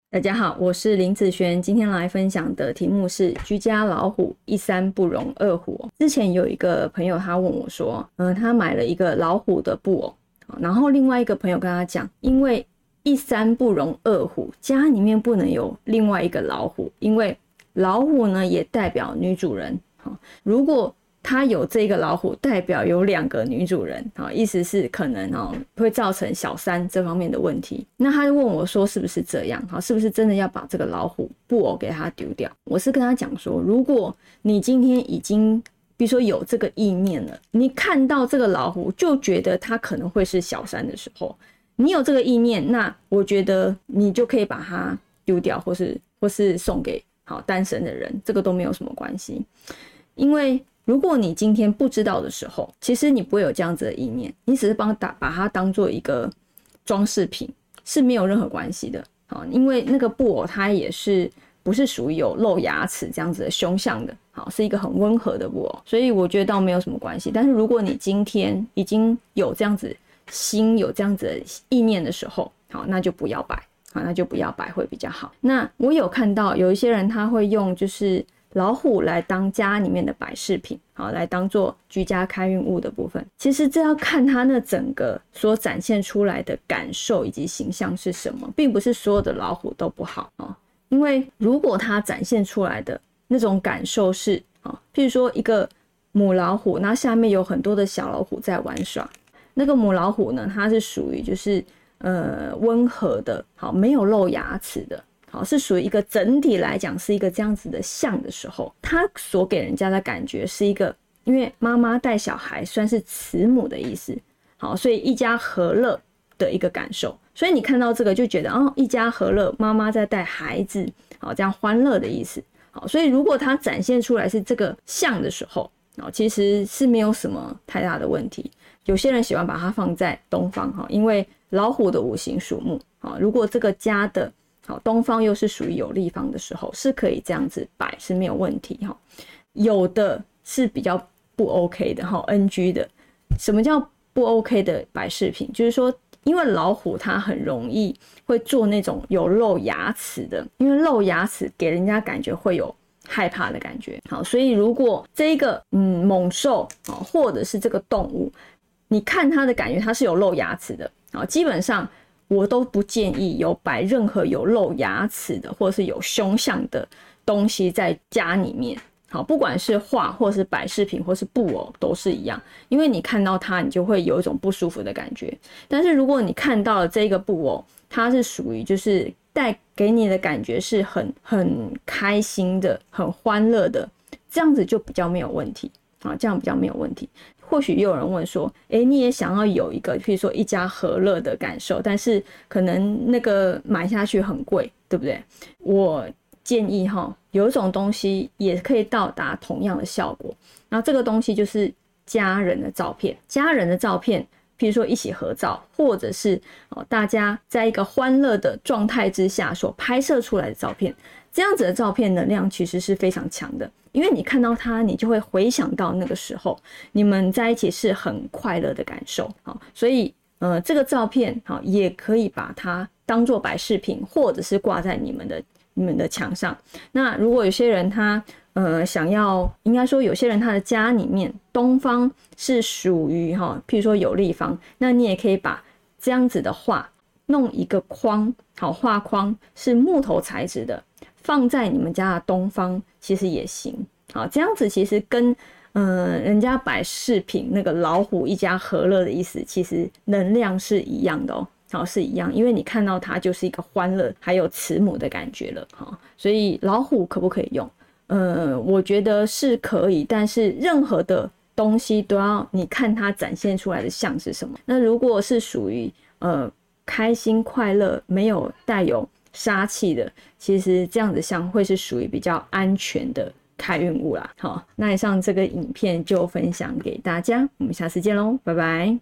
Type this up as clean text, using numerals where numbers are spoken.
大家好，我是林子璇，今天来分享的题目是居家老虎一山不容二虎。之前有一个朋友他问我说，他买了一个老虎的布偶，然后另外一个朋友跟他讲，因为一山不容二虎，家里面不能有另外一个老虎，因为老虎呢也代表女主人，如果他有这个老虎，代表有2个女主人，意思是可能会造成小三这方面的问题。那他就问我说是不是这样，是不是真的要把这个老虎布偶给他丢掉？我是跟他讲说，如果你今天已经比如说有这个意念了，你看到这个老虎就觉得他可能会是小三的时候，你有这个意念，那我觉得你就可以把它丢掉，或是送给单身的人，这个都没有什么关系。因为如果你今天不知道的时候，其实你不会有这样子的意念，你只是把它当做一个装饰品，是没有任何关系的。因为那个布偶它也是不是属于有露牙齿这样子的凶相的，是一个很温和的布偶，所以我觉得倒没有什么关系。但是如果你今天已经有这样子心有这样子的意念的时候，那就不要摆，会比较好。那我有看到有一些人他会用就是老虎来当家里面的摆饰品，来当做居家开运物的部分。其实这要看他那整个所展现出来的感受以及形象是什么，并不是所有的老虎都不好。因为如果他展现出来的那种感受是，譬如说一个母老虎，那下面有很多的小老虎在玩耍，那个母老虎呢，它是属于就是温和的，没有露牙齿的，是属于一个整体来讲是一个这样子的像的时候，它所给人家的感觉是一个，因为妈妈带小孩算是慈母的意思，所以一家和乐的一个感受，所以你看到这个就觉得一家和乐，妈妈在带孩子，这样欢乐的意思。所以如果它展现出来是这个像的时候，其实是没有什么太大的问题。有些人喜欢把它放在东方，因为老虎的五行属木，如果这个家的东方又是属于有利方的时候，是可以这样子摆，是没有问题。有的是比较不 OK 的 NG 的。什么叫不 OK 的摆饰品？就是说因为老虎它很容易会做那种有露牙齿的，因为露牙齿给人家感觉会有害怕的感觉。所以如果这个猛兽或者是这个动物，你看它的感觉它是有露牙齿的，基本上我都不建议有摆任何有露牙齿的或者是有凶相的东西在家里面。不管是画或是摆饰品或是布偶都是一样，因为你看到它你就会有一种不舒服的感觉。但是如果你看到了这个布偶，它是属于就是带给你的感觉是很开心的，很欢乐的，这样子就比较没有问题，这样比较没有问题。或许又有人问说，你也想要有一个譬如说一家和乐的感受，但是可能那个买下去很贵，对不对？我建议有一种东西也可以到达同样的效果，然后这个东西就是家人的照片。家人的照片譬如说一起合照，或者是大家在一个欢乐的状态之下所拍摄出来的照片，这样子的照片能量其实是非常强的，因为你看到它你就会回想到那个时候你们在一起是很快乐的感受。所以这个照片也可以把它当作摆饰品，或者是挂在你们的墙上。那如果有些人他想要，应该说有些人他的家里面东方是属于譬如说有利方，那你也可以把这样子的画弄一个框，画框是木头材质的，放在你们家的东方其实也行。这样子其实跟人家摆饰品那个老虎一家和乐的意思其实能量是一样的是一样，因为你看到它就是一个欢乐还有慈母的感觉了。所以老虎可不可以用？我觉得是可以，但是任何的东西都要你看它展现出来的像是什么。那如果是属于开心快乐没有带有杀气的，其实这样的像会是属于比较安全的开运物啦。那以上这个影片就分享给大家，我们下次见咯，拜拜。